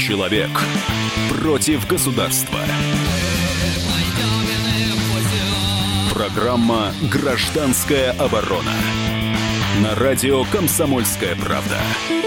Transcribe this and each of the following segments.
Человек против государства. Программа «Гражданская оборона». На радио «Комсомольская правда».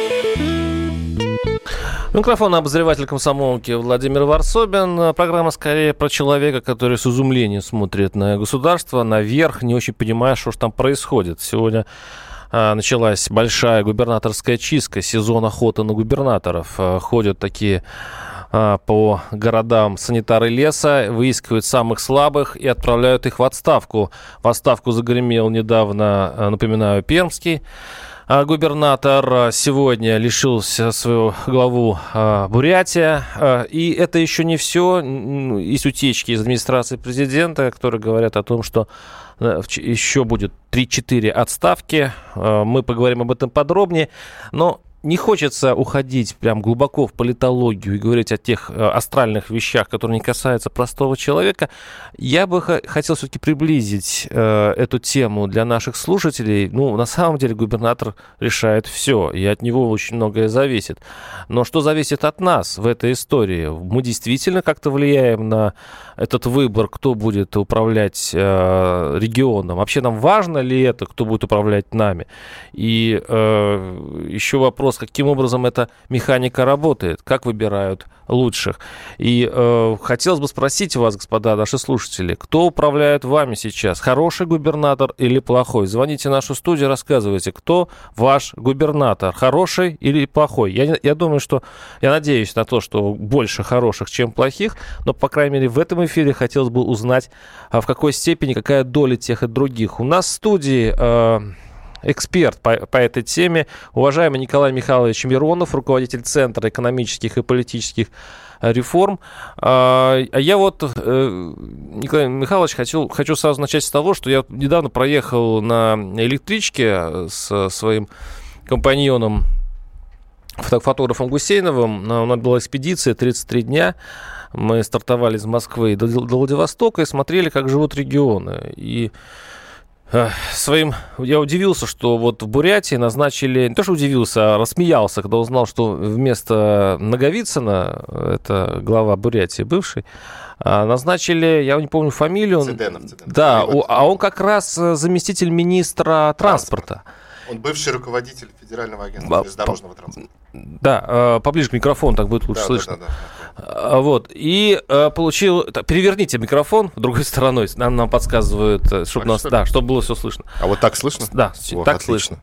Микрофон обозреватель комсомолки Владимир Варсобин. Программа скорее про человека, который с изумлением смотрит на государство, наверх, не очень понимая, что же там происходит. Сегодня началась большая губернаторская чистка, сезон охоты на губернаторов. Ходят такие по городам санитары леса, выискивают самых слабых и отправляют их в отставку. В отставку загремел недавно, напоминаю, пермский губернатор. Сегодня лишился своего главу Бурятия. И это еще не все. Есть утечки из администрации президента, которые говорят о том, что еще будет 3-4 отставки. Мы поговорим об этом подробнее. Но не хочется уходить прям глубоко в политологию и говорить о тех астральных вещах, которые не касаются простого человека. Я бы хотел все-таки приблизить эту тему для наших слушателей. Ну, на самом деле губернатор решает все, и от него очень многое зависит. Но что зависит от нас в этой истории? Мы действительно как-то влияем на этот выбор, кто будет управлять регионом? Вообще нам важно ли это, кто будет управлять нами? И еще вопрос, каким образом эта механика работает, как выбирают лучших. И хотелось бы спросить вас, господа, наши слушатели, кто управляет вами сейчас, хороший губернатор или плохой? Звоните в нашу студию, рассказывайте, кто ваш губернатор, хороший или плохой. Я думаю, что, я надеюсь на то, что больше хороших, чем плохих, но, по крайней мере, в этом эфире хотелось бы узнать, в какой степени, какая доля тех и других. У нас в студии эксперт по этой теме, уважаемый Николай Михайлович Миронов, руководитель Центра экономических и политических реформ. Я вот, Николай Михайлович, хочу сразу начать с того, что я недавно проехал на электричке с своим компаньоном, фотографом Гусейновым. У нас была экспедиция 33 дня. Мы стартовали из Москвы до Владивостока и смотрели, как живут регионы. И я удивился, что вот в Бурятии назначили, не то что удивился, а рассмеялся, когда узнал, что вместо Наговицына, это глава Бурятии бывший, назначили, я не помню фамилию. Цыденов. Да, а он как раз заместитель министра транспорта. Он бывший руководитель Федерального агентства железнодорожного транспорта. Да, поближе к микрофону, так будет лучше слышно. Да. Вот, и получил... Переверните микрофон другой стороной, нам подсказывают, чтобы было все слышно. А вот так слышно? Да, так слышно.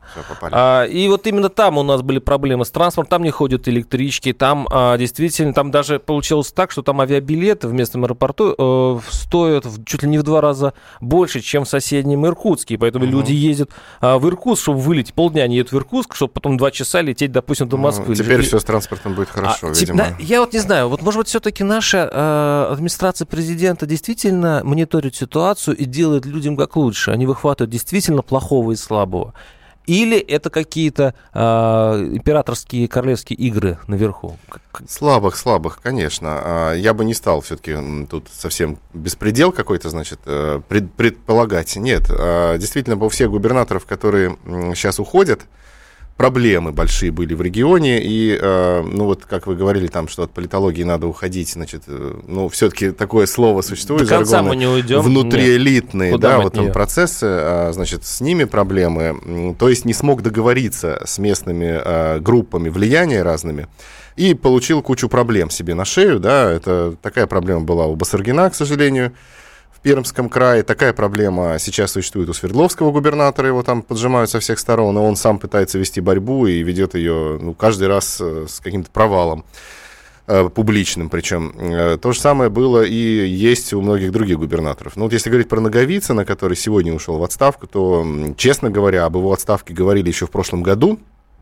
И вот именно там у нас были проблемы с транспортом, там не ходят электрички, там действительно, там даже получилось так, что там авиабилеты в местном аэропорту стоят чуть ли не в 2 раза больше, чем в соседнем Иркутске, поэтому люди ездят в Иркутск, чтобы вылететь, полдня они едут в Иркутск, чтобы потом 2 часа лететь, допустим, до Москвы. Теперь все с транспортом будет хорошо, видимо. Да, я вот не знаю, вот может быть все-таки наша администрация президента действительно мониторит ситуацию и делает людям как лучше, они выхватывают действительно плохого и слабого. Или это какие-то императорские королевские игры наверху? Слабых, конечно. Я бы не стал все-таки тут совсем беспредел какой-то, значит, предполагать. Нет, действительно, у всех губернаторов, которые сейчас уходят, проблемы большие были в регионе, и, ну, вот, как вы говорили, там, что от политологии надо уходить, значит, ну, все-таки такое слово существует, до конца мы не уйдем. Внутриэлитные, да, вот там процессы, значит, с ними проблемы, то есть не смог договориться с местными группами влияния разными, и получил кучу проблем себе на шею, да, это такая проблема была у Басаргина, к сожалению, в Пермском крае. Такая проблема сейчас существует у Свердловского губернатора, его там поджимают со всех сторон, и он сам пытается вести борьбу и ведет ее, ну, каждый раз с каким-то провалом публичным причем. То же самое было и есть у многих других губернаторов. Ну вот если говорить про Наговицына, который сегодня ушел в отставку, то, честно говоря, об его отставке говорили еще в прошлом году,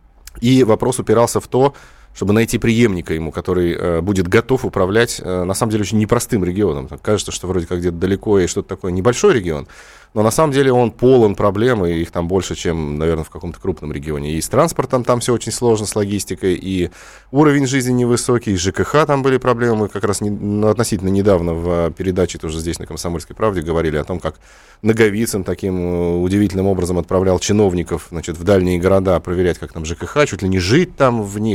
и вопрос упирался в то, чтобы найти преемника ему, который будет готов управлять, на самом деле, очень непростым регионом. Кажется, что вроде как где-то далеко и что-то такое небольшой регион, но на самом деле он полон проблем, и их там больше, чем, наверное, в каком-то крупном регионе. И с транспортом там все очень сложно, с логистикой, и уровень жизни невысокий, и с ЖКХ там были проблемы. Мы как раз относительно недавно в передаче тоже здесь на «Комсомольской правде» говорили о том, как Наговицын таким удивительным образом отправлял чиновников, значит, в дальние города проверять, как там ЖКХ, чуть ли не жить там в них. Ну, то есть какие-то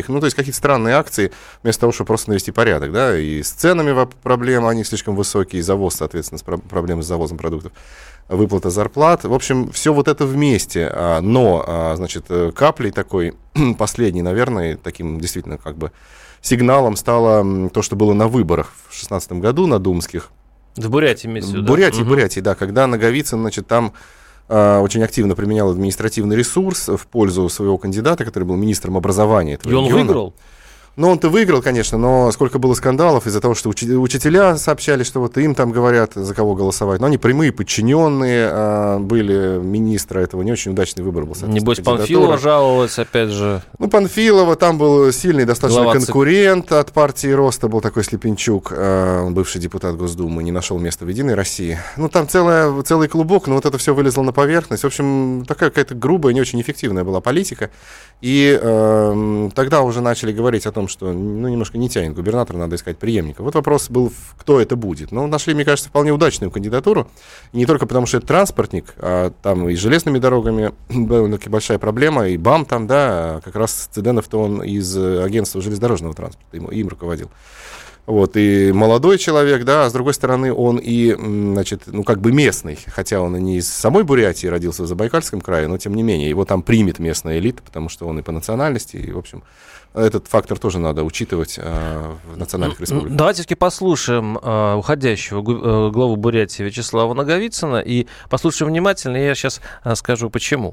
какие-то странные акции, вместо того, чтобы просто навести порядок, да, и с ценами проблемы, они слишком высокие, и завоз, соответственно, проблемы с завозом продуктов, выплата зарплат. В общем, все вот это вместе. Но, значит, каплей такой, последней, наверное, таким действительно как бы сигналом стало то, что было на выборах в 2016 году, на думских. В Бурятии, имеется в виду, да? Бурятии, да. Когда Наговицын, значит, там очень активно применял административный ресурс в пользу своего кандидата, который был министром образования этого региона. И он выиграл? Ну, он-то выиграл, конечно, но сколько было скандалов из-за того, что учителя сообщали, что вот им там говорят, за кого голосовать. Но они прямые подчиненные были министра, этого не очень удачный выбор был. Небось, Панфилова жаловалась, опять же. Ну, Панфилова, там был сильный достаточно конкурент от партии Роста, был такой Слепенчук, бывший депутат Госдумы, не нашел места в «Единой России». Ну, там целый клубок, но вот это все вылезло на поверхность. В общем, такая какая-то грубая, не очень эффективная была политика. И тогда уже начали говорить о том, что немножко не тянет губернатор, надо искать преемника. Вот вопрос был, кто это будет. Ну, нашли, мне кажется, вполне удачную кандидатуру. И не только потому, что это транспортник, а там и с железными дорогами довольно-таки большая проблема, и БАМ там, да, как раз Цыденов-то он из агентства железнодорожного транспорта, им руководил. Вот, и молодой человек, да, а с другой стороны, он и, значит, ну, как бы местный, хотя он и не из самой Бурятии родился в Забайкальском крае, но, тем не менее, его там примет местная элита, потому что он и по национальности, и, в общем, этот фактор тоже надо учитывать в национальных республиках. Давайте все-таки послушаем уходящего главу Бурятии Вячеслава Наговицына и послушаем внимательно, и я сейчас скажу, почему.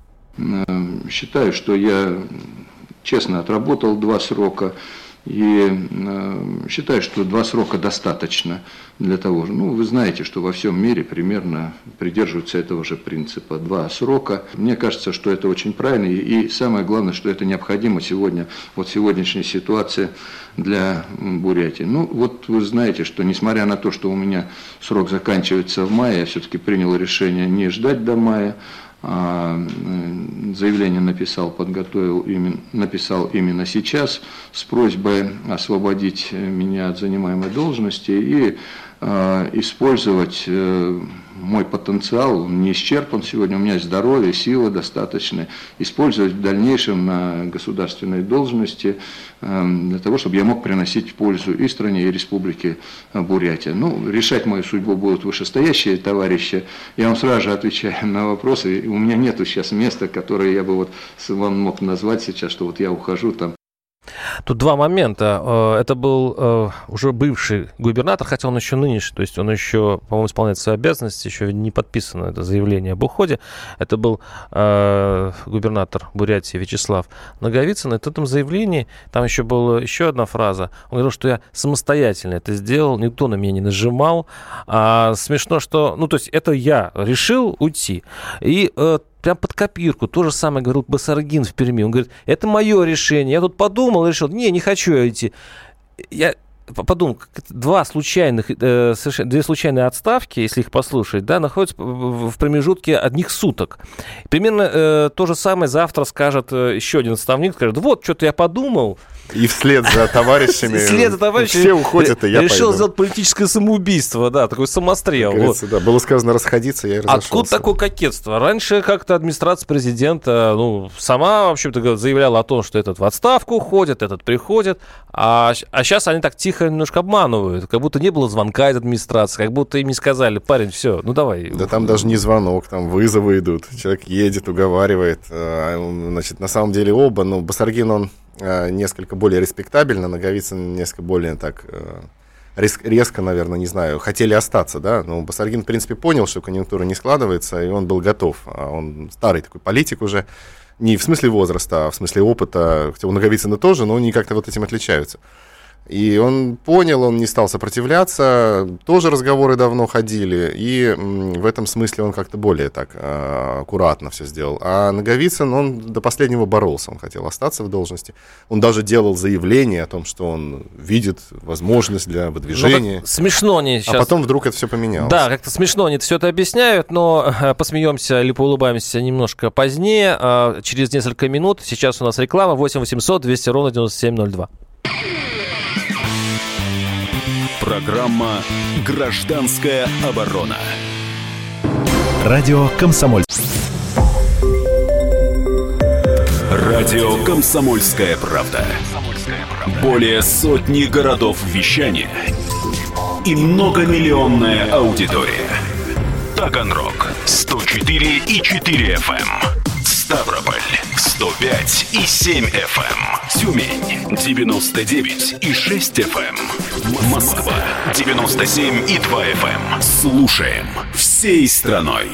Считаю, что я честно отработал 2 срока. И считаю, что 2 срока достаточно для того же. Ну, вы знаете, что во всем мире примерно придерживаются этого же принципа. 2 срока. Мне кажется, что это очень правильно. И самое главное, что это необходимо сегодня, вот в сегодняшней ситуации для Бурятии. Ну, вот вы знаете, что несмотря на то, что у меня срок заканчивается в мае, я все-таки принял решение не ждать до мая. Заявление написал именно сейчас с просьбой освободить меня от занимаемой должности и использовать мой потенциал, он не исчерпан сегодня, у меня есть здоровье, сила достаточная, использовать в дальнейшем на государственной должности для того, чтобы я мог приносить пользу и стране, и республике Бурятия. Ну, решать мою судьбу будут вышестоящие товарищи. Я вам сразу же отвечаю на вопросы. У меня нету сейчас места, которое я бы вот вам мог назвать сейчас, что вот я ухожу там. Тут 2 момента. Это был уже бывший губернатор, хотя он еще нынешний, то есть он еще, по-моему, исполняет свои обязанности, еще не подписано это заявление об уходе. Это был губернатор Бурятии Вячеслав Наговицын. И в этом заявлении, там еще была еще одна фраза. Он говорил, что я самостоятельно это сделал, никто на меня не нажимал. Смешно, что... Ну, то есть это я решил уйти. И... Прям под копирку. То же самое говорил Басаргин в Перми. Он говорит, это мое решение. Я тут подумал и решил, не хочу я идти. Я подумал, 2 случайные отставки, если их послушать, да, находятся в промежутке одних суток. Примерно то же самое завтра скажет еще один отставник, скажет, вот, что-то я подумал. И вслед за товарищами все уходят, и я решил пойду. Сделать политическое самоубийство, да, такой самострел. Вот. Да, было сказано расходиться, я и разошелся. Откуда такое кокетство? Раньше как-то администрация президента сама, в общем-то, заявляла о том, что этот в отставку уходит, этот приходит, а сейчас они так тихо немножко обманывают, как будто не было звонка из администрации, как будто им не сказали, парень, все, ну давай. Да там даже не звонок, там вызовы идут, человек едет, уговаривает. Значит, на самом деле оба, Басаргин, он несколько более респектабельно, Наговицын несколько более так резко, наверное, не знаю, хотели остаться, да, но Басаргин, в принципе, понял, что конъюнктура не складывается, и он был готов. Он старый такой политик уже, не в смысле возраста, а в смысле опыта, хотя у Наговицына тоже, но они как-то вот этим отличаются. И он понял, он не стал сопротивляться, тоже разговоры давно ходили, и в этом смысле он как-то более так аккуратно все сделал. А Наговицын, он до последнего боролся, он хотел остаться в должности. Он даже делал заявление о том, что он видит возможность для выдвижения. Смешно они сейчас... А потом вдруг это все поменялось. Да, как-то смешно они все это объясняют, но посмеемся или поулыбаемся немножко позднее, через несколько минут. Сейчас у нас реклама 8 800 200 ровно 9702. Программа «Гражданская оборона». Радио «Комсомольская». Радио «Комсомольская правда». Более сотни городов вещания и многомиллионная аудитория. Таганрог 104,4 FM. Ставрополь 105,7 FM. Тюмень 99,6 FM. Москва 97,2 FM. Слушаем всей страной.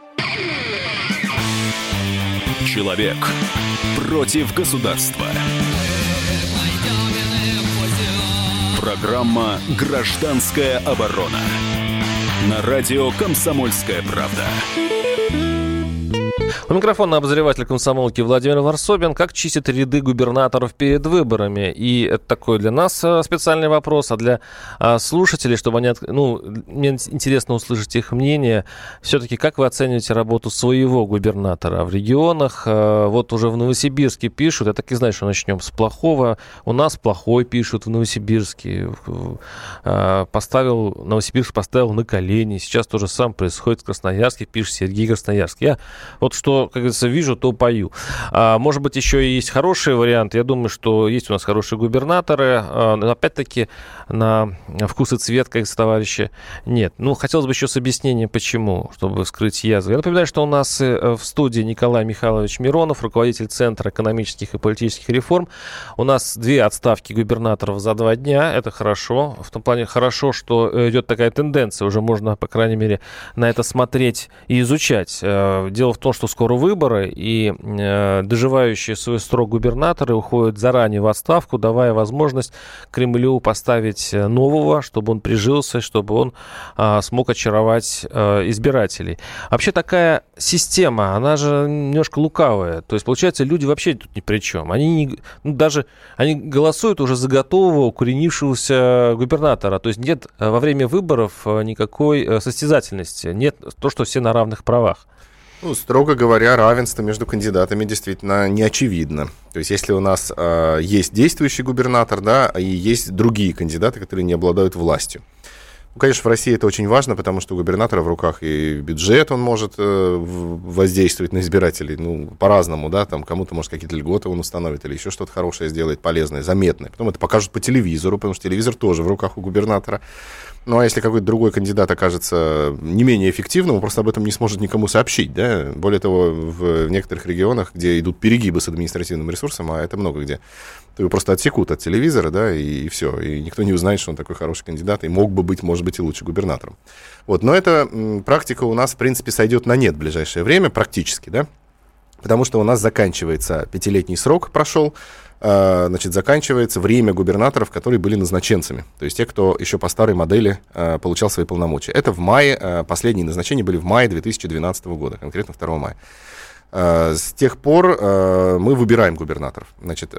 Человек против государства. Программа «Гражданская оборона». На радио «Комсомольская правда». У микрофона обозреватель комсомолки Владимир Варсобин. Как чистят ряды губернаторов перед выборами? И это такой для нас специальный вопрос, а для слушателей, чтобы они... мне интересно услышать их мнение. Все-таки как вы оцениваете работу своего губернатора в регионах? Вот уже в Новосибирске пишут, я так и знаю, что начнем с плохого. У нас плохой пишут в Новосибирске. Новосибирск поставил на колени. Сейчас то же самое происходит в Красноярске, пишет Сергей Красноярск. Я вот что, как говорится, вижу, то пою. Может быть, еще и есть хорошие варианты. Я думаю, что есть у нас хорошие губернаторы. Но опять-таки на вкус и цвет, как говорится, товарищи, нет. Хотелось бы еще с объяснением, почему, чтобы вскрыть язву. Я напоминаю, что у нас в студии Николай Михайлович Миронов, руководитель Центра экономических и политических реформ. У нас 2 отставки губернаторов за 2 дня. Это хорошо. В том плане хорошо, что идет такая тенденция. Уже можно, по крайней мере, на это смотреть и изучать. Дело в том, что скоро выборы, и доживающие свой срок губернаторы уходят заранее в отставку, давая возможность Кремлю поставить нового, чтобы он прижился, чтобы он смог очаровать избирателей. Вообще такая система, она же немножко лукавая. То есть, получается, люди вообще тут ни при чем. Они голосуют уже за готового, укоренившегося губернатора. То есть нет во время выборов никакой состязательности. Нет то, что все на равных правах. Строго говоря, равенство между кандидатами действительно не очевидно. То есть, если у нас есть действующий губернатор, да, и есть другие кандидаты, которые не обладают властью. Конечно, в России это очень важно, потому что у губернатора в руках и бюджет, он может воздействовать на избирателей, по-разному, да, там кому-то, может, какие-то льготы он установит или еще что-то хорошее сделает, полезное, заметное. Потом это покажут по телевизору, потому что телевизор тоже в руках у губернатора. А если какой-то другой кандидат окажется не менее эффективным, он просто об этом не сможет никому сообщить, да. Более того, в некоторых регионах, где идут перегибы с административным ресурсом, а это много где, то его просто отсекут от телевизора, да, и все. И никто не узнает, что он такой хороший кандидат, и мог бы быть, может быть, и лучше губернатором. Но эта практика у нас, в принципе, сойдет на нет в ближайшее время, практически, да, потому что у нас заканчивается 5-летний срок, прошел, заканчивается время губернаторов, которые были назначенцами. То есть те, кто еще по старой модели получал свои полномочия. Это в мае, последние назначения были в мае 2012 года, конкретно 2 мая. С тех пор мы выбираем губернаторов.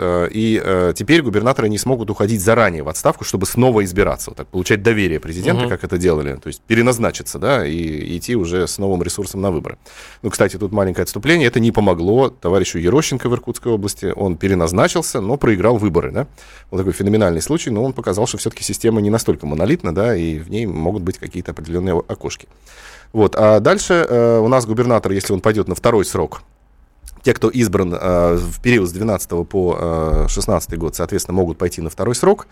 И теперь губернаторы не смогут уходить заранее в отставку, чтобы снова избираться, получать доверие президента, как это делали, то есть переназначиться, да, и идти уже с новым ресурсом на выборы. Кстати, тут маленькое отступление. Это не помогло товарищу Ерощенко в Иркутской области. Он переназначился, но проиграл выборы, да. Такой феноменальный случай, но он показал, что все-таки система не настолько монолитна, да, и в ней могут быть какие-то определенные окошки. А дальше у нас губернатор, если он пойдет на второй срок, те, кто избран в период с 12 по 16 год, соответственно, могут пойти на второй срок.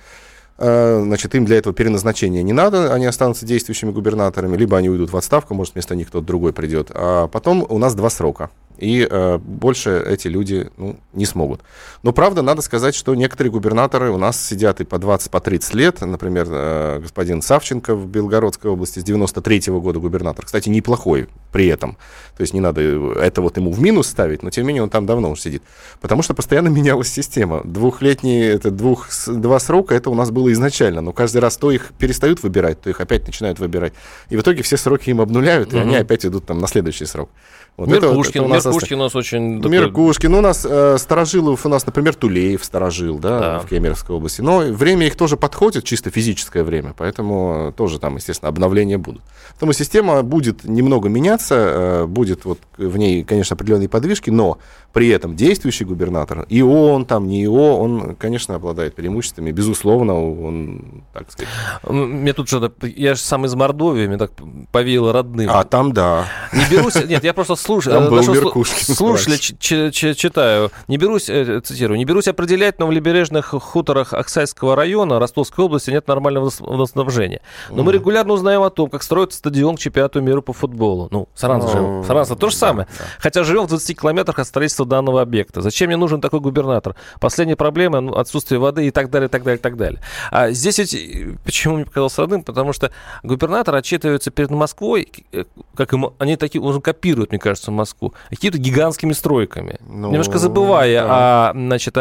Им для этого переназначения не надо, они останутся действующими губернаторами, либо они уйдут в отставку, может, вместо них кто-то другой придет. А потом у нас 2 срока, и больше эти люди не смогут. Но, правда, надо сказать, что некоторые губернаторы у нас сидят и по 20, по 30 лет. Например, господин Савченко в Белгородской области с 93-го года губернатор. Кстати, неплохой при этом. То есть не надо это ему в минус ставить, но, тем не менее, он там давно уже сидит. Потому что постоянно менялась система. 2 срока, это у нас было изначально. Но каждый раз то их перестают выбирать, то их опять начинают выбирать. И в итоге все сроки им обнуляют, и они опять идут на следующий срок. Миркушкин у нас очень... Миркушкин. У нас Старожилов, например, Тулеев сторожил, да, в Кемеровской области. Но время их тоже подходит, чисто физическое время, поэтому тоже там, естественно, обновления будут. Поэтому система будет немного меняться, будет в ней, конечно, определенные подвижки, но при этом действующий губернатор, ИО он не ИО, он, конечно, обладает преимуществами, безусловно, он, так сказать... Мне тут что-то... Я же сам из Мордовии, мне так повеяло родным. А там, да. Не берусь... Нет, я просто Слушали, читаю. Цитирую. Не берусь определять, но в левобережных хуторах Аксайского района Ростовской области нет нормального водоснабжения. Но мы регулярно узнаем о том, как строится стадион к чемпионату мира по футболу. Саранское то же самое. Хотя живем в 20 километрах от строительства данного объекта. Зачем мне нужен такой губернатор? Последняя проблема — отсутствие воды и так далее, так далее, так далее. А здесь ведь, почему мне показалось родным? Потому что губернатор отчитывается перед Москвой, как они такие, он копирует, мне кажется, Москву, какими-то гигантскими стройками. Немножко забывая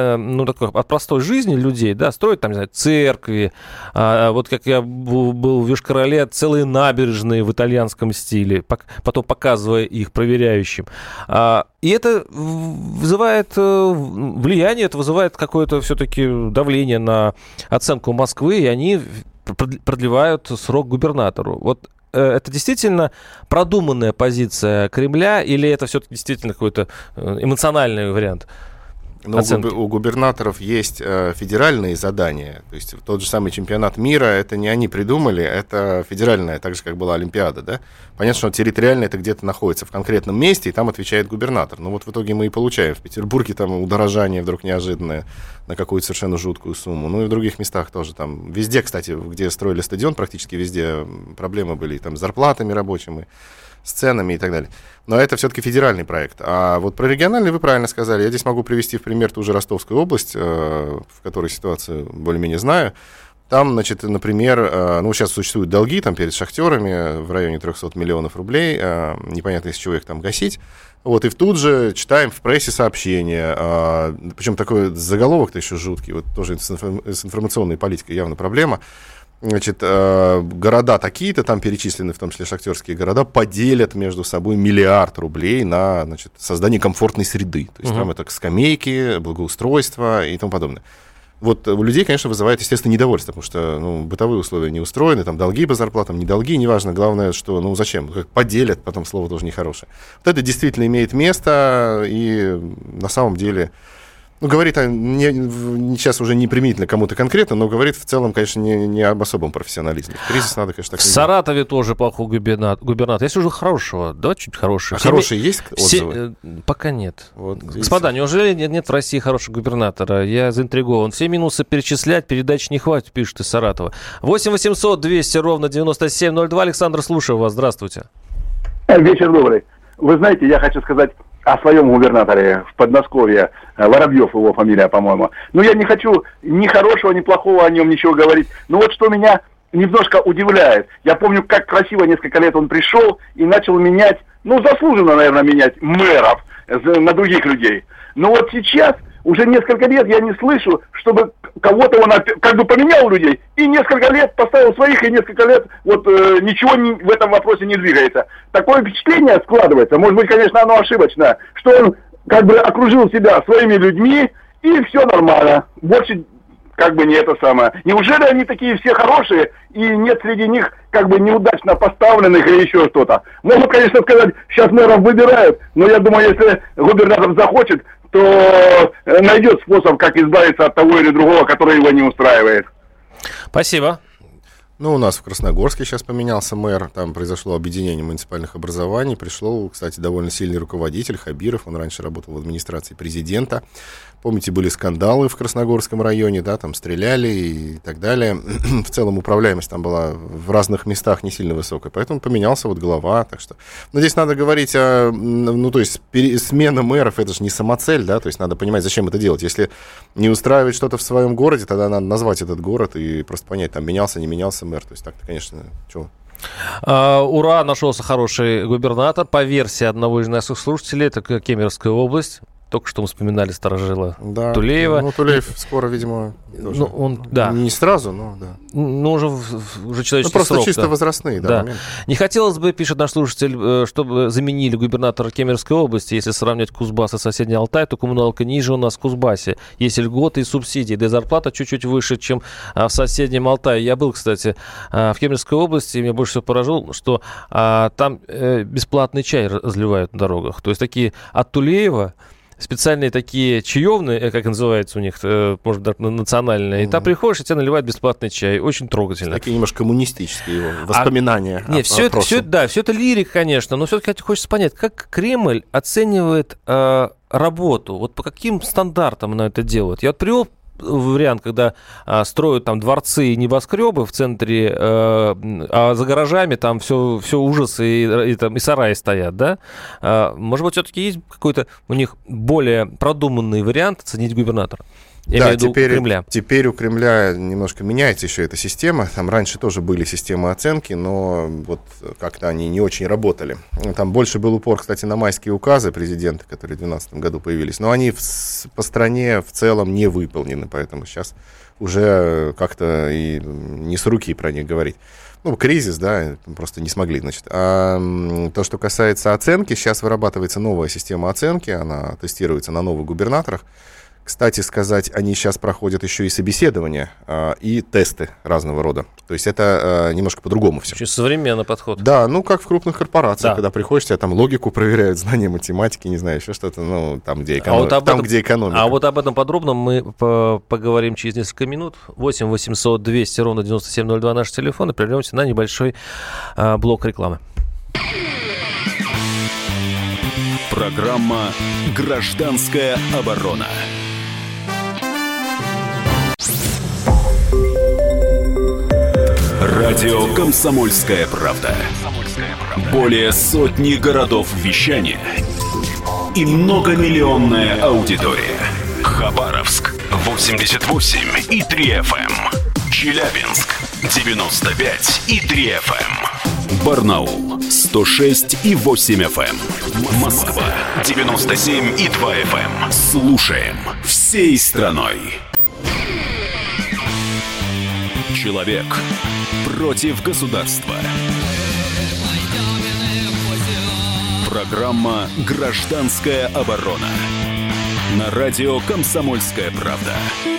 от простой жизни людей, да, строят там, не знаю, церкви, вот как я был в Йошкар-Оле, целые набережные в итальянском стиле, потом показывая их проверяющим. И это вызывает влияние, это вызывает какое-то все-таки давление на оценку Москвы, и они продлевают срок губернатору. Вот это действительно продуманная позиция Кремля, или это все-таки действительно какой-то эмоциональный вариант? Но у губернаторов есть федеральные задания. То есть тот же самый чемпионат мира, это не они придумали, это федеральная, так же, как была Олимпиада, да? Понятно, что территориально это где-то находится в конкретном месте, и там отвечает губернатор. Но вот в итоге мы и получаем в Петербурге там удорожание вдруг неожиданное на какую-то совершенно жуткую сумму. Ну и в других местах тоже там. Везде, кстати, где строили стадион, практически везде проблемы были там с зарплатами рабочими, с ценами и так далее. Но это все-таки федеральный проект. А вот про региональный вы правильно сказали. Я здесь могу привести в пример ту же Ростовскую область, в которой ситуацию более-менее знаю. Там, значит, например, сейчас существуют долги там перед шахтерами в районе 300 миллионов рублей. Непонятно, из чего их там гасить. Вот, и тут же читаем в прессе сообщения, причем такой заголовок-то еще жуткий, вот тоже с информационной политикой явно проблема. Значит, города такие-то, там перечислены, в том числе шахтерские города, поделят между собой 1 миллиард рублей на, значит, создание комфортной среды. То есть там это скамейки, благоустройство и тому подобное. Вот у людей, конечно, вызывает, естественно, недовольство, потому что бытовые условия не устроены, там долги по зарплатам, не долги, неважно. Главное, что, зачем? Как поделят, потом слово тоже нехорошее. Вот это действительно имеет место, и на самом деле... говорит сейчас уже не применительно кому-то конкретно, но говорит в целом, конечно, не об особом профессионализме. Кризис надо, конечно, так... В Саратове тоже плохой губернатор. Есть уже хорошего. Давайте чуть хорошего. Хорошие есть отзывы? Пока нет. Вот, господа, неужели нет в России хорошего губернатора? Я заинтригован. Все минусы перечислять, передач не хватит, пишет из Саратова. 8 800 200 ровно 9702. Александр, слушаю вас. Здравствуйте. Вечер добрый. Вы знаете, я хочу сказать о своем губернаторе в Подмосковье, Воробьев его фамилия, по-моему. Я не хочу ни хорошего, ни плохого о нем ничего говорить. Но вот что меня немножко удивляет. Я помню, как красиво несколько лет он пришел и начал менять, заслуженно, наверное, менять мэров на других людей. Но вот сейчас уже несколько лет я не слышу, чтобы кого-то он как бы поменял людей и несколько лет поставил своих, и несколько лет ничего в этом вопросе не двигается. Такое впечатление складывается, может быть, конечно, оно ошибочное, что он как бы окружил себя своими людьми, и все нормально. Больше как бы не это самое. Неужели они такие все хорошие, и нет среди них как бы неудачно поставленных или еще что-то? Можно, конечно, сказать, сейчас мэров выбирают, но я думаю, если губернатор захочет, то найдет способ, как избавиться от того или другого, который его не устраивает. Спасибо. У нас в Красногорске сейчас поменялся мэр, там произошло объединение муниципальных образований, пришел, кстати, довольно сильный руководитель Хабиров, он раньше работал в администрации президента. Помните, были скандалы в Красногорском районе, да, там стреляли и так далее. В целом управляемость там была в разных местах не сильно высокая, поэтому поменялся глава, так что... Но здесь надо говорить о... то есть смена мэров, это же не самоцель, да, то есть надо понимать, зачем это делать. Если не устраивает что-то в своем городе, тогда надо назвать этот город и просто понять, там менялся, не менялся мэр, то есть так-то, конечно, чего... Ура, нашелся хороший губернатор. По версии одного из наших слушателей, это Кемеровская область. Только что мы вспоминали старожила Тулеева. Тулеев скоро, видимо, тоже. Не сразу, но да. Уже человеческий просто срок. Чисто возрастные, да. Не хотелось бы, пишет наш слушатель, чтобы заменили губернатора Кемеровской области. Если сравнять Кузбасс и соседний Алтай, то коммуналка ниже у нас в Кузбассе. Есть льготы и субсидии, да и зарплата чуть-чуть выше, чем в соседнем Алтае. Я был, кстати, в Кемеровской области, и меня больше всего поражало, что там бесплатный чай разливают на дорогах. То есть такие от Тулеева специальные такие чаевные, как называется у них, может быть, национальные. И там приходишь, и тебе наливают бесплатный чай. Очень трогательно. Такие немножко коммунистические его воспоминания. Нет, все это лирика, конечно, но все-таки хочется понять, как Кремль оценивает работу, вот по каким стандартам она это делает. Я вот привел вариант, когда строят там дворцы и небоскребы в центре, а за гаражами там все ужасы и сараи стоят, да? Может быть, все-таки есть какой-то у них более продуманный вариант оценить губернатора? Да, теперь у Кремля немножко меняется еще эта система. Там раньше тоже были системы оценки, но вот как-то они не очень работали. Там больше был упор, кстати, на майские указы президента, которые в 2012 году появились. Но они по стране в целом не выполнены, поэтому сейчас уже как-то и не с руки про них говорить. Кризис, да, просто не смогли, значит. А то, что касается оценки, сейчас вырабатывается новая система оценки, она тестируется на новых губернаторах. Кстати сказать, они сейчас проходят еще и собеседования, и тесты разного рода. То есть это немножко по-другому все. Очень современный подход. Да, как в крупных корпорациях, когда приходишь, тебя там логику проверяют, знания математики, не знаю, еще что-то, там, где экономика. А вот об этом подробно мы поговорим через несколько минут. 8 800 200 ровно 9702 наш телефон, и прервемся на небольшой блок рекламы. Программа «Гражданская оборона». Радио «Комсомольская правда». Более сотни городов вещания и многомиллионная аудитория. Хабаровск 88,3 FM. Челябинск 95,3 FM. Барнаул 106,8 FM. Москва 97,2 FM. Слушаем всей страной. Человек против государства. Программа «Гражданская оборона». На радио «Комсомольская правда».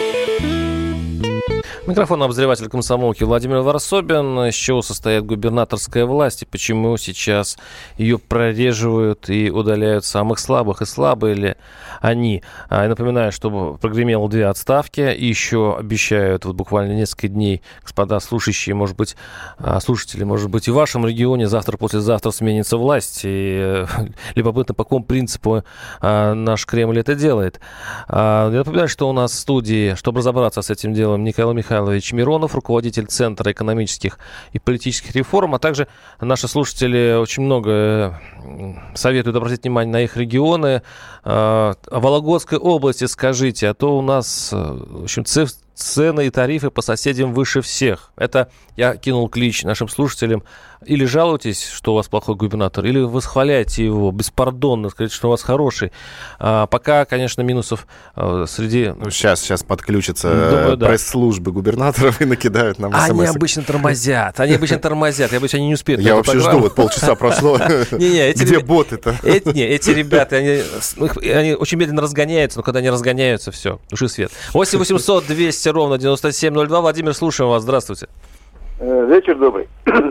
Микрофон обозреватель комсомолки Владимир Варсобин. Из чего состоит губернаторская власть и почему сейчас ее прореживают и удаляют самых слабых? И слабые ли они? Я напоминаю, что прогремело 2 отставки. И еще обещают буквально несколько дней, господа слушающие, слушатели, может быть, и в вашем регионе завтра-послезавтра сменится власть. И любопытно, по какому принципу наш Кремль это делает. Я напоминаю, что у нас в студии, чтобы разобраться с этим делом, Михаил Михайлович Миронов, руководитель Центра экономических и политических реформ, а также наши слушатели очень много советуют обратить внимание на их регионы. О Вологодской области скажите, а то у нас, в общем, цены и тарифы по соседям выше всех. Это я кинул клич нашим слушателям. Или жалуетесь, что у вас плохой губернатор, или восхваляете его беспардонно, скажите, что у вас хороший. Пока, конечно, минусов среди... Сейчас подключатся пресс-службы губернаторов и накидают нам смс. Они обычно тормозят. Я боюсь, они не успеют. Я вообще жду, полчаса прошло. Где боты-то? Эти ребята, они очень медленно разгоняются, но когда они разгоняются, все, души свет. 8 800 200 ровно 9702. Владимир, слушаем вас. Здравствуйте. Вечер добрый.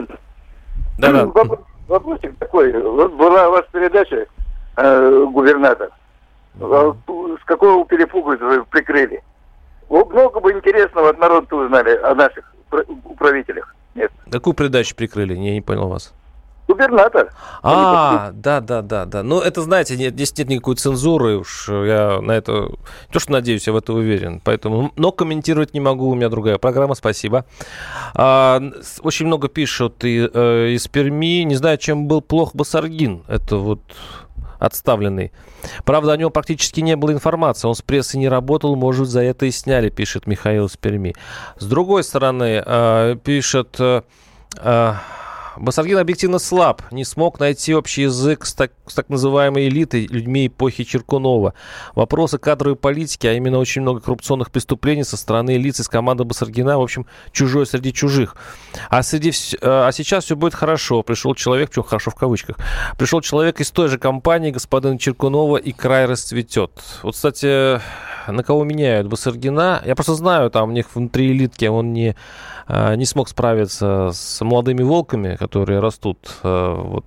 Да. Вопросик такой. Вот была у вас передача «Губернатор». С какого перепугу вы прикрыли? Много бы интересного от народа узнали о наших правителях. Нет. Какую передачу прикрыли? Я не понял вас. Губернатор. Да. Ну, это, знаете, здесь нет никакой цензуры. Уж я на это... Не то, что надеюсь, я в это уверен. Поэтому... Но комментировать не могу. У меня другая программа. Спасибо. Очень много пишут из Перми. Не знаю, чем был плох Басаргин. Это вот отставленный. Правда, о нем практически не было информации. Он с прессой не работал, может, за это и сняли, пишет Михаил из Перми. С другой стороны, пишет... Басаргин объективно слаб, не смог найти общий язык с так называемой элитой, людьми эпохи Чиркунова. Вопросы кадровой политики, а именно очень много коррупционных преступлений со стороны лиц из команды Басаргина, в общем, чужой среди чужих. А сейчас все будет хорошо. Пришел человек, причем хорошо в кавычках, пришел человек из той же компании, господина Чиркунова, и край расцветет. Вот, кстати... на кого меняют Басаргина. Я просто знаю, там у них внутри элитки он не смог справиться с молодыми волками, которые растут в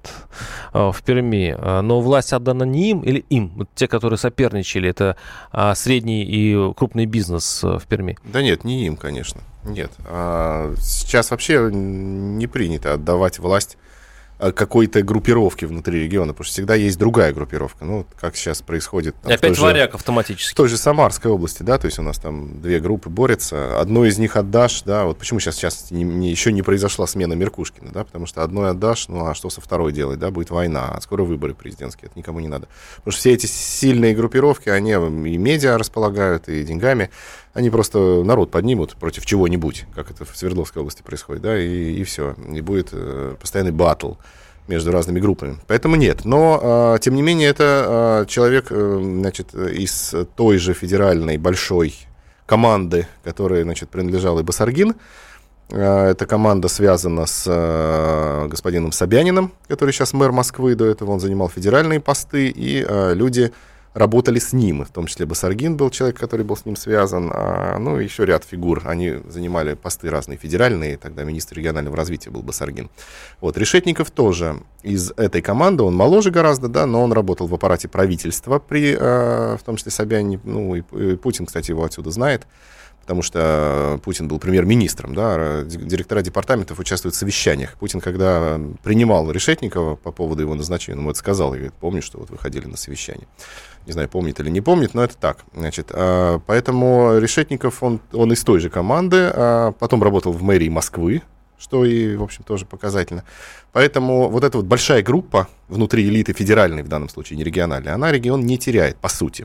Перми. Но власть отдана не им или им? Вот те, которые соперничали, это средний и крупный бизнес в Перми. Да нет, не им, конечно. Нет. Сейчас вообще не принято отдавать власть какой-то группировки внутри региона, потому что всегда есть другая группировка. Ну, как сейчас происходит... Там, опять варяг автоматически. В той же Самарской области, да, то есть у нас там две группы борются. Одной из них отдашь, да, вот почему сейчас еще не произошла смена Меркушкина, да, потому что одной отдашь, ну, а что со второй делать, да, будет война, а скоро выборы президентские, это никому не надо. Потому что все эти сильные группировки, они и медиа располагают, и деньгами, они просто народ поднимут против чего-нибудь, как это в Свердловской области происходит, да, и все. И будет постоянный баттл между разными группами. Поэтому нет. Но, тем не менее, это человек, значит, из той же федеральной большой команды, которой, значит, принадлежал и Басаргин. Эта команда связана с господином Собяниным, который сейчас мэр Москвы, до этого он занимал федеральные посты, и люди работали с ним, в том числе Басаргин был человек, который был с ним связан, ну, и еще ряд фигур. Они занимали посты разные федеральные, тогда министр регионального развития был Басаргин. Вот, Решетников тоже из этой команды, он моложе гораздо, да, но он работал в аппарате правительства при, в том числе Собянин, ну, и Путин, кстати, его отсюда знает, потому что Путин был премьер-министром, да, директора департаментов участвуют в совещаниях. Путин, когда принимал Решетникова по поводу его назначения, он ему это сказал, и говорит, помню, что вот вы ходили на совещание. Не знаю, помнит или не помнит, но это так. Значит, поэтому Решетников, он из той же команды, потом работал в мэрии Москвы, что и, в общем, тоже показательно. Поэтому вот эта вот большая группа внутри элиты федеральной, в данном случае, не региональной, она регион не теряет, по сути.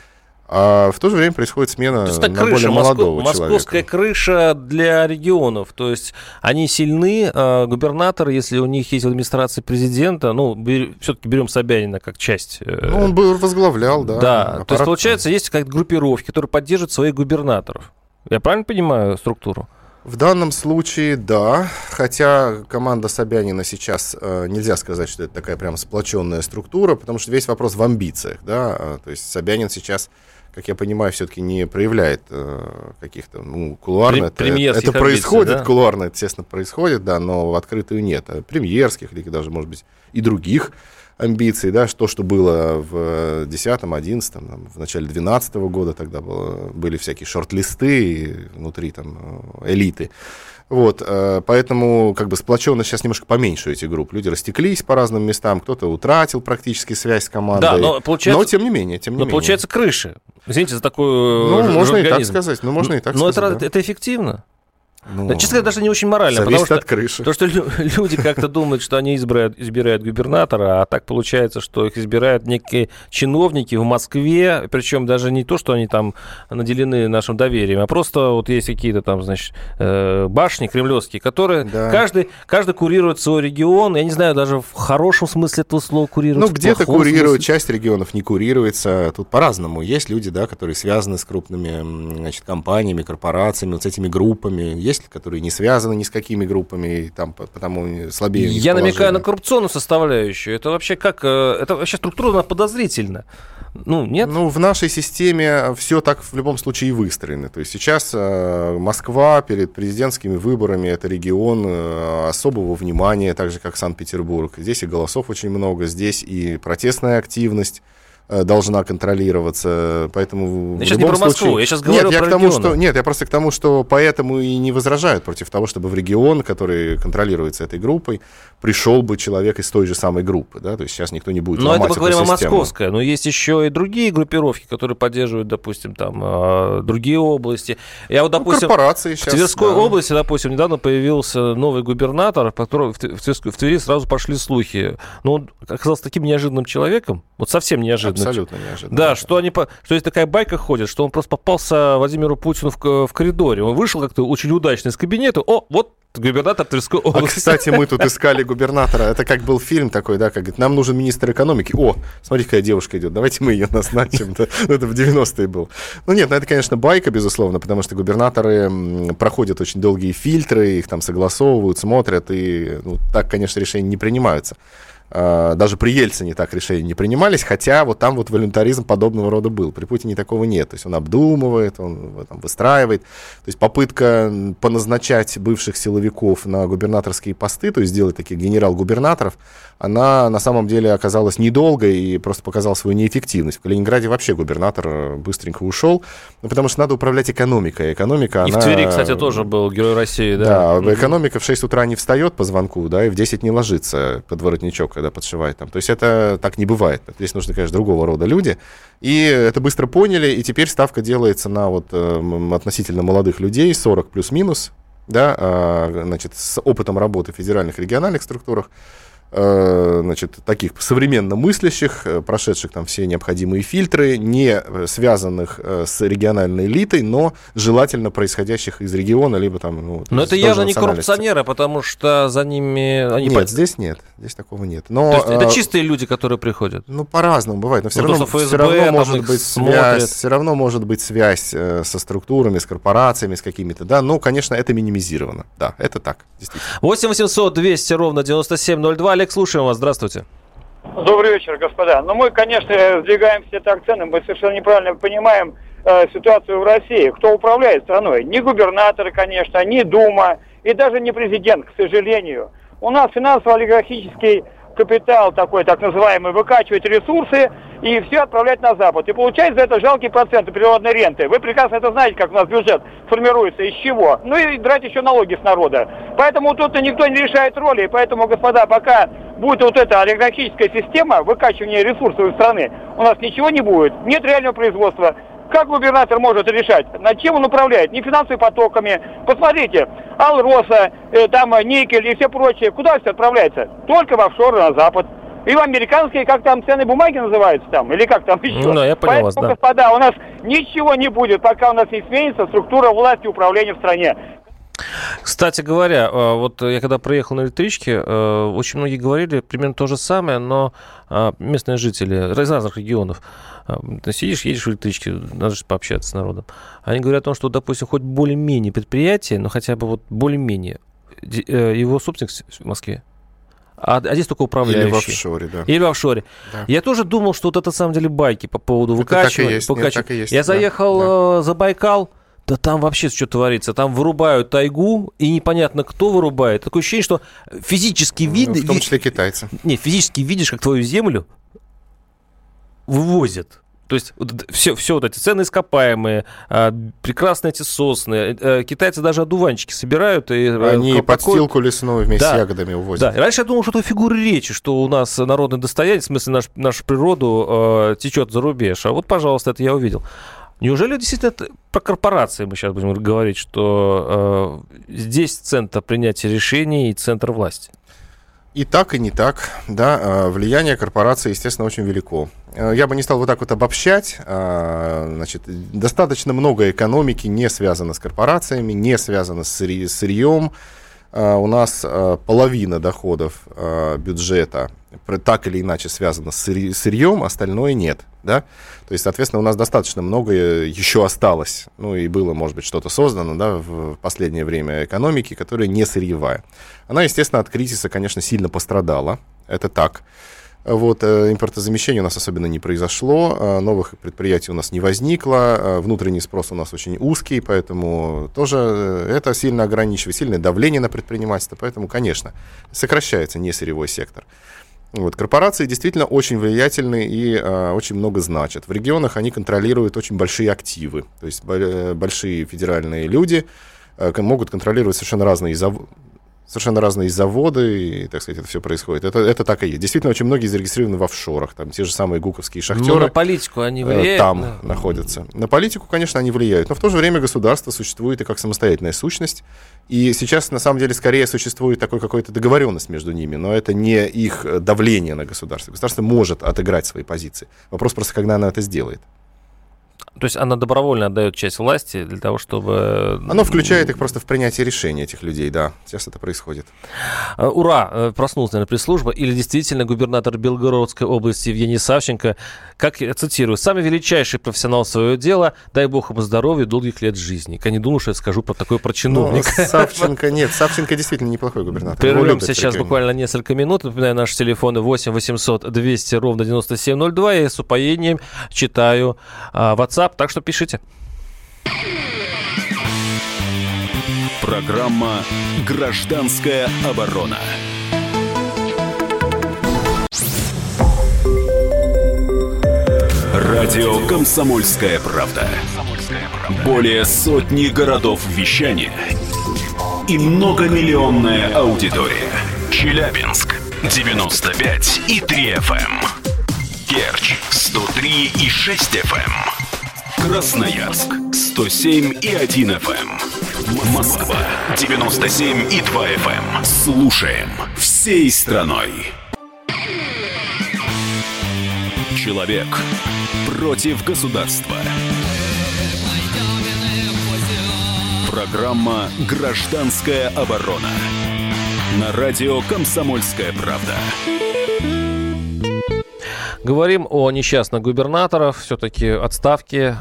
А в то же время происходит смена на более молодого человека. Московская крыша для регионов. То есть они сильны, губернаторы, если у них есть в администрации президента, ну, все-таки берем Собянина как часть. Ну, он бы возглавлял, да. Да, аппарат. То есть, получается, есть какая-то группировки, которые поддерживают своих губернаторов. Я правильно понимаю структуру? В данном случае, да, хотя команда Собянина сейчас, нельзя сказать, что это такая прям сплоченная структура, потому что весь вопрос в амбициях, да, то есть Собянин сейчас, как я понимаю, все-таки не проявляет каких-то, ну, кулуарно, это происходит, да? Кулуарно, естественно, происходит, да, но в открытую нет, премьерских или даже, может быть, и других амбиций, да, что было в 10-м, 11-м, в начале 12-го года, тогда были всякие шорт-листы внутри там элиты. Вот, поэтому как бы сплоченность сейчас немножко поменьше у этих групп. Люди растеклись по разным местам, кто-то утратил практически связь с командой. Да, но тем не менее. Получается крыши. Извините за такую... Ну, можно и так сказать. Но это эффективно. Ну, честно говоря, даже не очень морально. Зависит от крыши. Потому что люди как-то думают, что они избирают губернатора, а так получается, что их избирают некие чиновники в Москве, причем даже не то, что они там наделены нашим доверием, а просто вот есть какие-то там, значит, башни кремлевские, которые каждый курирует свой регион. Я не знаю, даже в хорошем смысле этого слова курирует. Ну, где-то курируют, часть регионов не курируется. Тут по-разному. Есть люди, да, которые связаны с крупными, значит, компаниями, корпорациями, вот с этими группами. Есть, которые не связаны ни с какими группами, и там потому слабее у них Я намекаю на коррупционную составляющую. Это вообще как? Это вообще структура подозрительна. Ну, нет? Ну, в нашей системе все так в любом случае и выстроено. То есть сейчас Москва перед президентскими выборами — это регион особого внимания, так же, как Санкт-Петербург. Здесь и голосов очень много, здесь и протестная активность должна контролироваться, поэтому я сейчас не про Москву, я сейчас говорю про регион. Нет, я просто к тому, что поэтому и не возражают против того, чтобы в регион, который контролируется этой группой, пришел бы человек из той же самой группы, да, то есть сейчас никто не будет ломать эту систему. Но это мы говорим о московской, но есть еще и другие группировки, которые поддерживают, допустим, там, другие области. Я вот, допустим, корпорации сейчас, в Тверской области, допустим, недавно появился новый губернатор, в Твери сразу пошли слухи, но он оказался таким неожиданным человеком, вот совсем неожиданным. Абсолютно неожиданно. Да, что есть такая байка ходит, что он просто попался Владимиру Путину в коридоре. Он вышел как-то очень удачно из кабинета. О, вот губернатор Тверской области. Кстати, мы тут искали губернатора. Это как был фильм такой, да, как говорит, нам нужен министр экономики. О, смотри, какая девушка идет, давайте мы ее назначим. Это в 90-е был. Ну нет, это, конечно, байка, безусловно, потому что губернаторы проходят очень долгие фильтры, их там согласовывают, смотрят, и так, конечно, решения не принимаются. Даже при Ельцине так решения не принимались, хотя вот там вот волюнтаризм подобного рода был. При Путине такого нет. То есть он обдумывает, он там выстраивает. То есть попытка поназначать бывших силовиков на губернаторские посты, то есть сделать таких генерал-губернаторов, она на самом деле оказалась недолгой и просто показала свою неэффективность. В Калининграде вообще губернатор быстренько ушел, потому что надо управлять экономикой. Экономика, и в Твери, кстати, тоже был Герой России. Да, экономика в 6 утра не встает по звонку, да, и в 10 не ложится под воротничок, когда подшивает там. То есть это так не бывает. Здесь нужны, конечно, другого рода люди. И это быстро поняли, и теперь ставка делается на вот относительно молодых людей, 40 плюс-минус, да, значит, с опытом работы в федеральных и региональных структурах, значит, таких современно мыслящих, прошедших там все необходимые фильтры, не связанных с региональной элитой, но желательно происходящих из региона, либо там... Ну, но это явно не коррупционеры, потому что за ними... Нет, здесь нет, здесь такого нет. Но, то есть это чистые люди, которые приходят? Ну, по-разному бывает, но все равно может быть связь со структурами, с корпорациями, с какими-то, да, но, конечно, это минимизировано, да, это так, действительно. 8 800 200 ровно 9702. Олег, слушаем вас. Здравствуйте. Добрый вечер, господа. Ну, мы, конечно, сдвигаем все это акценты. Мы совершенно неправильно понимаем ситуацию в России. Кто управляет страной? Не губернаторы, конечно, не Дума и даже не президент, к сожалению. У нас финансово-олигархический капитал такой, так называемый, выкачивает ресурсы и все отправлять на Запад. И получается за это жалкие проценты природной ренты. Вы прекрасно это знаете, как у нас бюджет формируется, из чего. Ну и драть еще налоги с народа. Поэтому тут никто не решает роли. И поэтому, господа, пока будет вот эта олигархическая система выкачивания ресурсов из страны, у нас ничего не будет. Нет реального производства. Как губернатор может решать? Над чем он управляет? Не финансовыми потоками. Посмотрите, Алроса, там никель и все прочее. Куда все отправляется? Только в офшоры на Запад. И в американские, как там, ценные бумаги называются там, или как там еще. Ну, я понял вас, да. Господа, у нас ничего не будет, пока у нас не сменится структура власти и управления в стране. Кстати говоря, вот я когда проехал на электричке, очень многие говорили примерно то же самое, но местные жители из разных регионов, ты сидишь, едешь в электричке, надо же пообщаться с народом. Они говорят о том, что, допустим, хоть более-менее предприятие, но хотя бы вот более-менее, его собственник в Москве, а здесь только управляющий. Или в офшоре, да. Или в офшоре. Да. Я тоже думал, что вот это, на самом деле, байки по поводу выкачивания. Я заехал за Байкал, да там вообще что творится. Там вырубают тайгу, и непонятно, кто вырубает. Такое ощущение, что физически видно... В том числе китайцы. Не, физически видишь, как твою землю вывозят. То есть все вот эти ценные ископаемые, прекрасные эти сосны. Китайцы даже одуванчики собирают. И они подстилку лесную вместе с ягодами увозят. Да. И раньше я думал, что это фигура речи, что у нас народное достояние, в смысле нашу природу течет за рубеж. А вот, пожалуйста, это я увидел. Неужели действительно про корпорации мы сейчас будем говорить, что здесь центр принятия решений и центр власти? И так, и не так. Да, влияние корпорации, естественно, очень велико. Я бы не стал вот так вот обобщать. Значит, достаточно много экономики не связано с корпорациями, не связано с сырьем. У нас половина доходов бюджета так или иначе связана с сырьем, остальное нет. Да? То есть, соответственно, у нас достаточно много еще осталось, ну и было, может быть, что-то создано, да, в последнее время экономики, которая не сырьевая. Она, естественно, от кризиса, конечно, сильно пострадала, это так. Вот, импортозамещения у нас особенно не произошло, новых предприятий у нас не возникло, внутренний спрос у нас очень узкий, поэтому тоже это сильно ограничивает, сильное давление на предпринимательство, поэтому, конечно, сокращается несырьевой сектор. Вот, корпорации действительно очень влиятельны и очень много значат. В регионах они контролируют очень большие активы, то есть большие федеральные люди могут контролировать совершенно разные заводы, и, так сказать, это все происходит. Это так и есть. Действительно, очень многие зарегистрированы в офшорах. Там те же самые гуковские шахтеры. Но на политику они влияют? Там находятся. На политику, конечно, они влияют. Но в то же время государство существует и как самостоятельная сущность. И сейчас, на самом деле, скорее существует такой какая-то договоренность между ними. Но это не их давление на государство. Государство может отыграть свои позиции. Вопрос просто, когда оно это сделает. То есть она добровольно отдает часть власти для того, чтобы... Оно включает их просто в принятие решений, этих людей, да. Сейчас это происходит. Ура! Проснулась, наверное, пресс-служба. Или действительно губернатор Белгородской области Евгений Савченко, как я цитирую, «самый величайший профессионал своего дела, дай бог ему здоровья и долгих лет жизни». Я не думал, что я скажу про такой про чиновника. Савченко нет. Савченко действительно неплохой губернатор. Прервемся сейчас буквально несколько минут. Напоминаю, наши телефоны 8 800 200 ровно 9702. Я с упоением читаю WhatsApp. Так что пишите. Программа «Гражданская оборона». Радио «Комсомольская правда». Более сотни городов вещания и многомиллионная аудитория. Челябинск 95,3 FM. Керчь 103,6 FM. Красноярск 107,1 FM. Москва 97,2 FM. Слушаем всей страной. Человек против государства. Программа «Гражданская оборона». На радио «Комсомольская правда». Говорим о несчастных губернаторах. Все-таки отставки.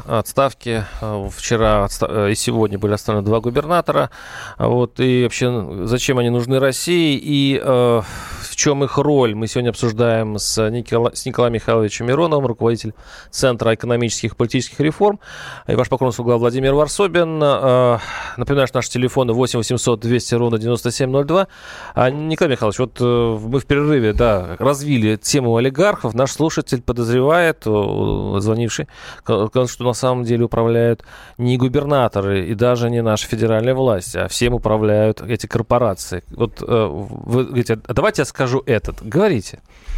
Вчера и сегодня были отставлены 2 губернатора. И вообще, зачем они нужны России и в чем их роль, мы сегодня обсуждаем с Николаем Михайловичем Мироновым, руководитель Центра экономических и политических реформ. И ваш покорный глава Владимир Варсобин. Напоминаю, что наши телефоны 8 800 200 ровно 9702. Николай Михайлович, мы в перерыве развили тему олигархов. Наш слушатель подозревает, звонивший, что на самом деле управляют не губернаторы и даже не наша федеральная власть, а всем управляют эти корпорации. Вы говорите, давайте я скажу говорите.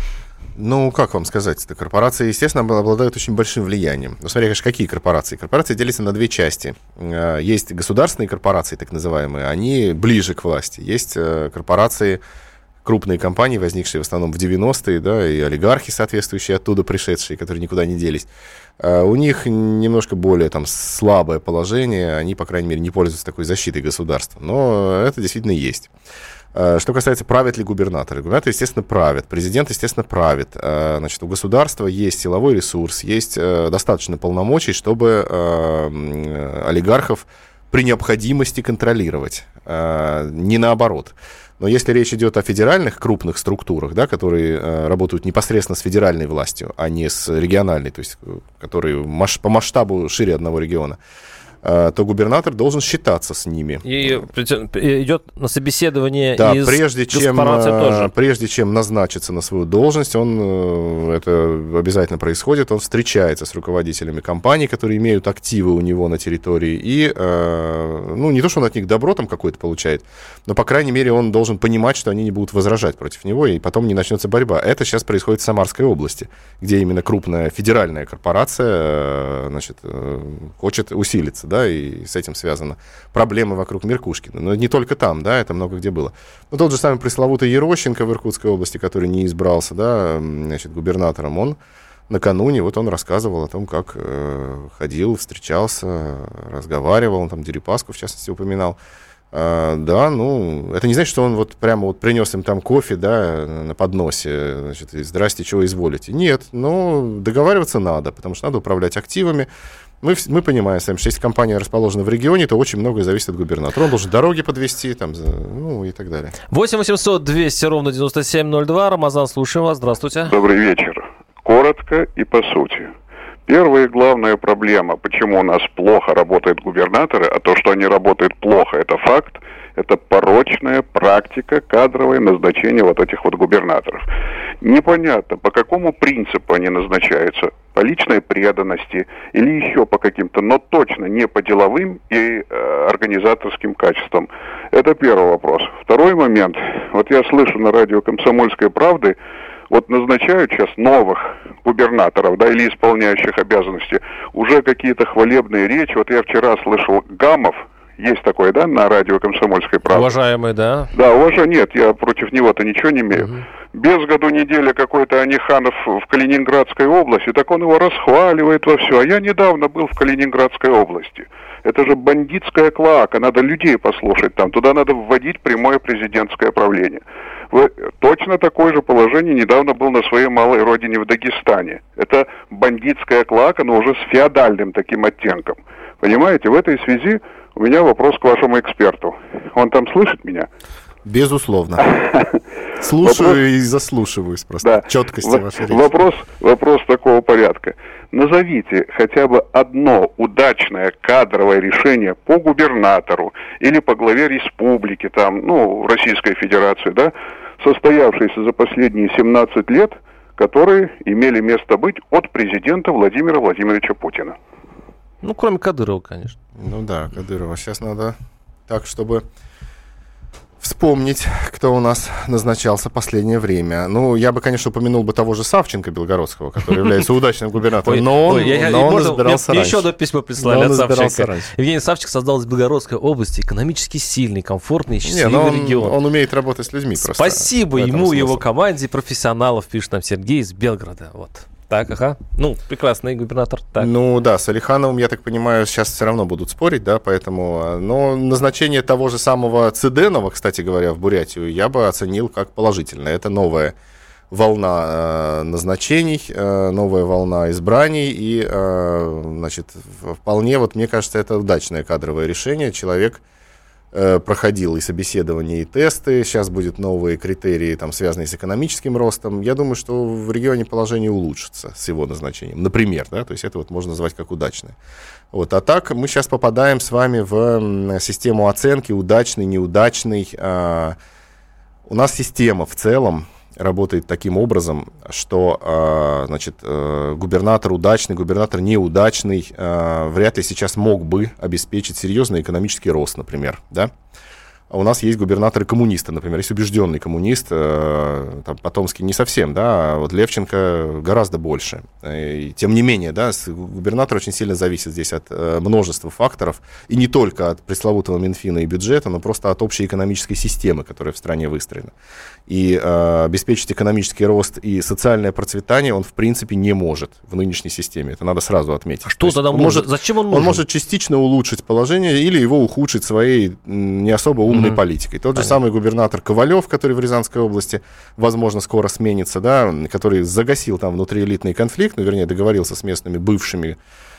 Как вам сказать? Корпорации, естественно, обладают очень большим влиянием. Но смотря, конечно, какие корпорации. Корпорации делятся на 2 части. Есть государственные корпорации, так называемые, они ближе к власти. Есть корпорации, крупные компании, возникшие в основном в 90-е, и олигархи, соответствующие оттуда пришедшие, которые никуда не делись. У них немножко более слабое положение, они, по крайней мере, не пользуются такой защитой государства. Но это действительно есть. Что касается, правят ли губернаторы? Губернаторы, естественно, правят. Президент, естественно, правит. У государства есть силовой ресурс, есть достаточно полномочий, чтобы олигархов при необходимости контролировать. Не наоборот. Но если речь идет о федеральных крупных структурах, которые работают непосредственно с федеральной властью, а не с региональной, то есть которые по масштабу шире одного региона, то губернатор должен считаться с ними. И идет на собеседование из корпорации тоже. Прежде чем назначиться на свою должность, это обязательно происходит, он встречается с руководителями компаний, которые имеют активы у него на территории, и не то, что он от них добро какое-то получает, но, по крайней мере, он должен понимать, что они не будут возражать против него, и потом не начнется борьба. Это сейчас происходит в Самарской области, где именно крупная федеральная корпорация хочет усилиться. И с этим связаны проблемы вокруг Меркушкина. Но не только там, это много где было. Но тот же самый пресловутый Ерощенко в Иркутской области, который не избрался, губернатором, он накануне, он рассказывал о том, как ходил, встречался, разговаривал, он Дерипаску, в частности, упоминал. Это не значит, что он прямо принес им кофе, на подносе, и здрасте, чего изволите. Нет, договариваться надо, потому что надо управлять активами. Мы понимаем, что если компания расположена в регионе, то очень многое зависит от губернатора. Он должен дороги подвести, и так далее. 8 800 200 ровно 9702. Рамазан, слушаем вас. Здравствуйте. Добрый вечер. Коротко и по сути. Первая и главная проблема, почему у нас плохо работают губернаторы, а то, что они работают плохо, это факт, это порочная практика кадровое назначения этих губернаторов. Непонятно, по какому принципу они назначаются, по личной преданности или еще по каким-то, но точно не по деловым и организаторским качествам. Это первый вопрос. Второй момент. Я слышу на радио «Комсомольской правды», назначают сейчас новых губернаторов, или исполняющих обязанности, уже какие-то хвалебные речи. Я вчера слышал Гамов Есть такое, да, на радио «Комсомольская правда». Уважаемый, да? Да, нет, я против него-то ничего не имею. Без году неделя какой-то Аниханов в Калининградской области, так он его расхваливает во все. А я недавно был в Калининградской области. Это же бандитская клоака, надо людей послушать там. Туда надо вводить прямое президентское правление. Точно такое же положение недавно был на своей малой родине в Дагестане. Это бандитская клоака, но уже с феодальным таким оттенком. Понимаете, в этой связи у меня вопрос к вашему эксперту. Он там слышит меня? Безусловно. Слушаю и заслушиваюсь просто. Да. Четкости вашей речи. Вопрос такого порядка. Назовите хотя бы одно удачное кадровое решение по губернатору или по главе республики, Российской Федерации, да, состоявшееся за последние 17 лет, которые имели место быть от президента Владимира Владимировича Путина. Кроме Кадырова, конечно. Да, Кадырова. Сейчас надо так, чтобы вспомнить, кто у нас назначался в последнее время. Я бы, конечно, упомянул бы того же Савченко Белгородского, который является удачным губернатором, но он избирался раньше. Мне еще одно письмо прислали от Савченко. Евгений Савченко создал из Белгородской области экономически сильный, комфортный и счастливый регион. Он умеет работать с людьми просто. Спасибо ему и его команде профессионалов, пишет нам Сергей из Белгорода. Так, прекрасный губернатор. Так. С Алихановым, я так понимаю, сейчас все равно будут спорить, да, поэтому... Но назначение того же самого Цыденова, кстати говоря, в Бурятию, я бы оценил как положительное. Это новая волна назначений, новая волна избраний, и, вполне, мне кажется, это удачное кадровое решение. Человек проходил и собеседования, и тесты. Сейчас будут новые критерии, связанные с экономическим ростом. Я думаю, что в регионе положение улучшится с его назначением. Например, да, то есть это можно назвать как удачное. А так мы сейчас попадаем с вами в систему оценки удачный, неудачный. У нас система в целом работает таким образом, что, губернатор удачный, губернатор неудачный вряд ли сейчас мог бы обеспечить серьезный экономический рост, например, да? У нас есть губернаторы-коммунисты, например, есть убежденный коммунист, Потомский не совсем, да, а Левченко гораздо больше. И, тем не менее, да, губернатор очень сильно зависит здесь от множества факторов, и не только от пресловутого Минфина и бюджета, но просто от общей экономической системы, которая в стране выстроена. И обеспечить экономический рост и социальное процветание он, в принципе, не может в нынешней системе. Это надо сразу отметить. А что тогда может? Зачем он нужен? Он может частично улучшить положение или его ухудшить своей не особо умной политикой. Тот же самый губернатор Ковалев, который в Рязанской области, возможно, скоро сменится, да, который загасил там внутриэлитный конфликт, договорился с местными бывшими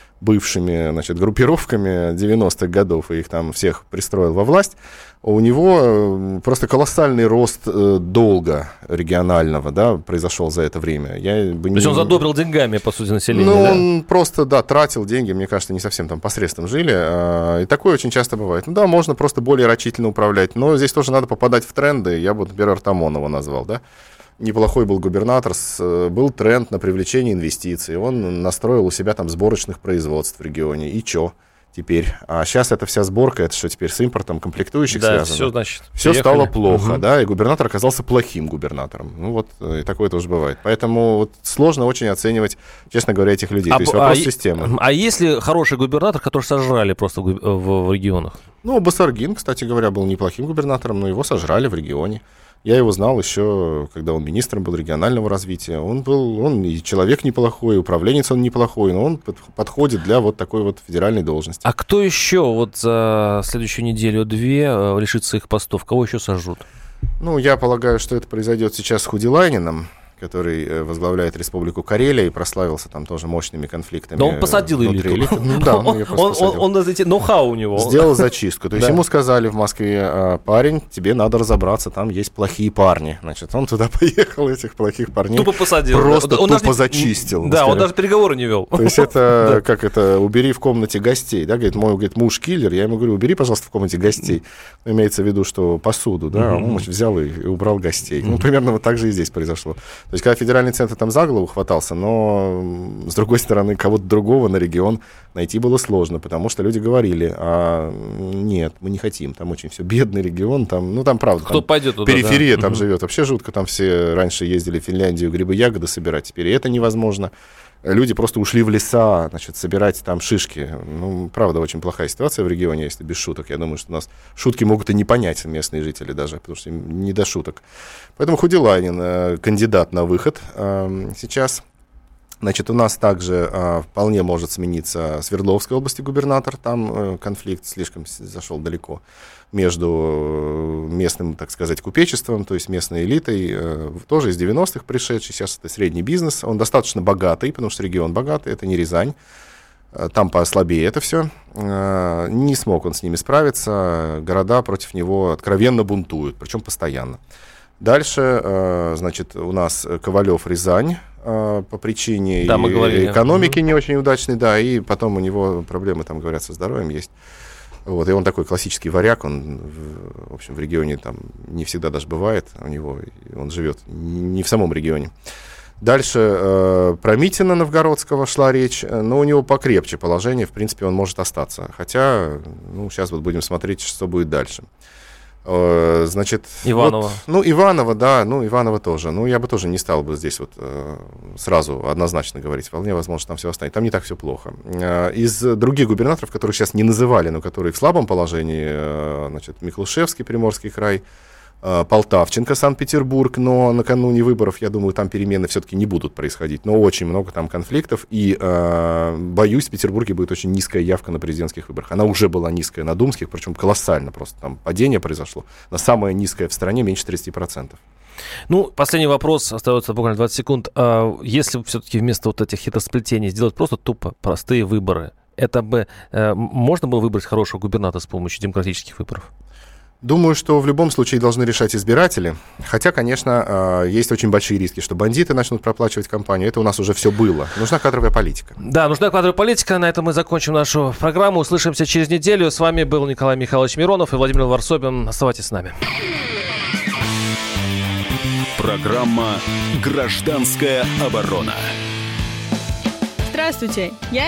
группировками 90-х годов и их там всех пристроил во власть. У него просто колоссальный рост долга регионального, да, произошел за это время. То есть он задобрил деньгами, по сути, население, да? Он просто, тратил деньги, мне кажется, не совсем там посредством жили, и такое очень часто бывает. Можно просто более рачительно управлять, но здесь тоже надо попадать в тренды. Я бы, например, Артамонова назвал, да. Неплохой был губернатор, был тренд на привлечение инвестиций, он настроил у себя там сборочных производств в регионе, и чё теперь? А сейчас эта вся сборка, это что теперь с импортом комплектующих связано? Все стало плохо, да, и губернатор оказался плохим губернатором. И такое тоже бывает. Поэтому сложно очень оценивать, честно говоря, этих людей. То есть вопрос системы. А есть ли хороший губернатор, который сожрали просто в регионах? Басаргин, кстати говоря, был неплохим губернатором, но его сожрали в регионе. Я его знал еще, когда он министром был регионального развития. Он и человек неплохой, и управленец он неплохой, но он подходит для такой федеральной должности. А кто еще за следующую неделю-две лишится их постов? Кого еще сожрут? Я полагаю, что это произойдет сейчас с Худилайниным, который возглавляет Республику Карелия и прославился там тоже мощными конфликтами. Да он посадил элиту. Да, он ее просто посадил. Он, ноу-хау у него. Сделал зачистку. То есть ему сказали в Москве: парень, тебе надо разобраться, там есть плохие парни. Он туда поехал, этих плохих парней тупо посадил. Просто тупо зачистил. Да, он даже переговоры не вел. То есть это, убери в комнате гостей. Да, говорит, мой муж киллер. Я ему говорю, убери, пожалуйста, в комнате гостей. Имеется в виду, что посуду, да, он взял и убрал гостей. Примерно так же и здесь произошло. То есть, когда федеральный центр там за голову хватался, но, с другой стороны, кого-то другого на регион найти было сложно, потому что люди говорили: нет, мы не хотим, там очень все бедный регион, там правда, кто пойдет туда, периферия там живет, вообще жутко, там все раньше ездили в Финляндию грибы, ягоды собирать, теперь и это невозможно. люди просто ушли в леса, значит, собирать там шишки. Ну, правда, очень плохая ситуация в регионе, если без шуток. Я думаю, что у нас шутки могут и не понять местные жители даже, потому что им не до шуток. Поэтому Худиланин кандидат на выход сейчас. Значит, у нас также вполне может смениться Свердловской области губернатор. Там конфликт слишком зашел далеко между местным, так сказать, купечеством, то есть местной элитой, тоже из 90-х пришедший. Сейчас это средний бизнес. Он достаточно богатый, потому что регион богатый, это не Рязань. Там послабее это все. Не смог он с ними справиться. Города против него откровенно бунтуют, причем постоянно. Дальше, значит, у нас Ковалев, Рязань, по причине экономики не очень удачной, да, и потом у него проблемы, там, говорят, со здоровьем есть. Вот, и он такой классический варяг, он, в общем, в регионе там не всегда даже бывает у него, он живет не в самом регионе. Дальше про Митина Новгородского шла речь, но у него покрепче положение, в принципе, он может остаться. Хотя, ну, сейчас вот будем смотреть, что будет дальше. Значит, Иванова. Вот, Иванова, да, Иванова тоже. Я бы тоже не стал бы здесь вот сразу однозначно говорить. Вполне возможно, там все останется. Там не так все плохо. Из других губернаторов, которых сейчас не называли, но которые в слабом положении, значит, Миклушевский, Приморский край, Полтавченко, Санкт-Петербург, но накануне выборов, я думаю, там перемены все-таки не будут происходить, но очень много там конфликтов, и, боюсь, в Петербурге будет очень низкая явка на президентских выборах. Она уже была низкая на думских, причем колоссально просто, там падение произошло, на самое низкое в стране, меньше 30%. Ну, последний вопрос, остается буквально 20 секунд. Если все-таки вместо вот этих хитросплетений сделать просто тупо простые выборы, это бы можно было выбрать хорошего губернатора с помощью демократических выборов? Думаю, что в любом случае должны решать избиратели. Хотя, конечно, есть очень большие риски, что бандиты начнут проплачивать кампанию. Это у нас уже все было. Нужна кадровая политика. Да, нужна кадровая политика. На этом мы закончим нашу программу. Услышимся через неделю. С вами был Николай Михайлович Миронов и Владимир Варсобин. Оставайтесь с нами. Программа «Гражданская оборона». Здравствуйте, я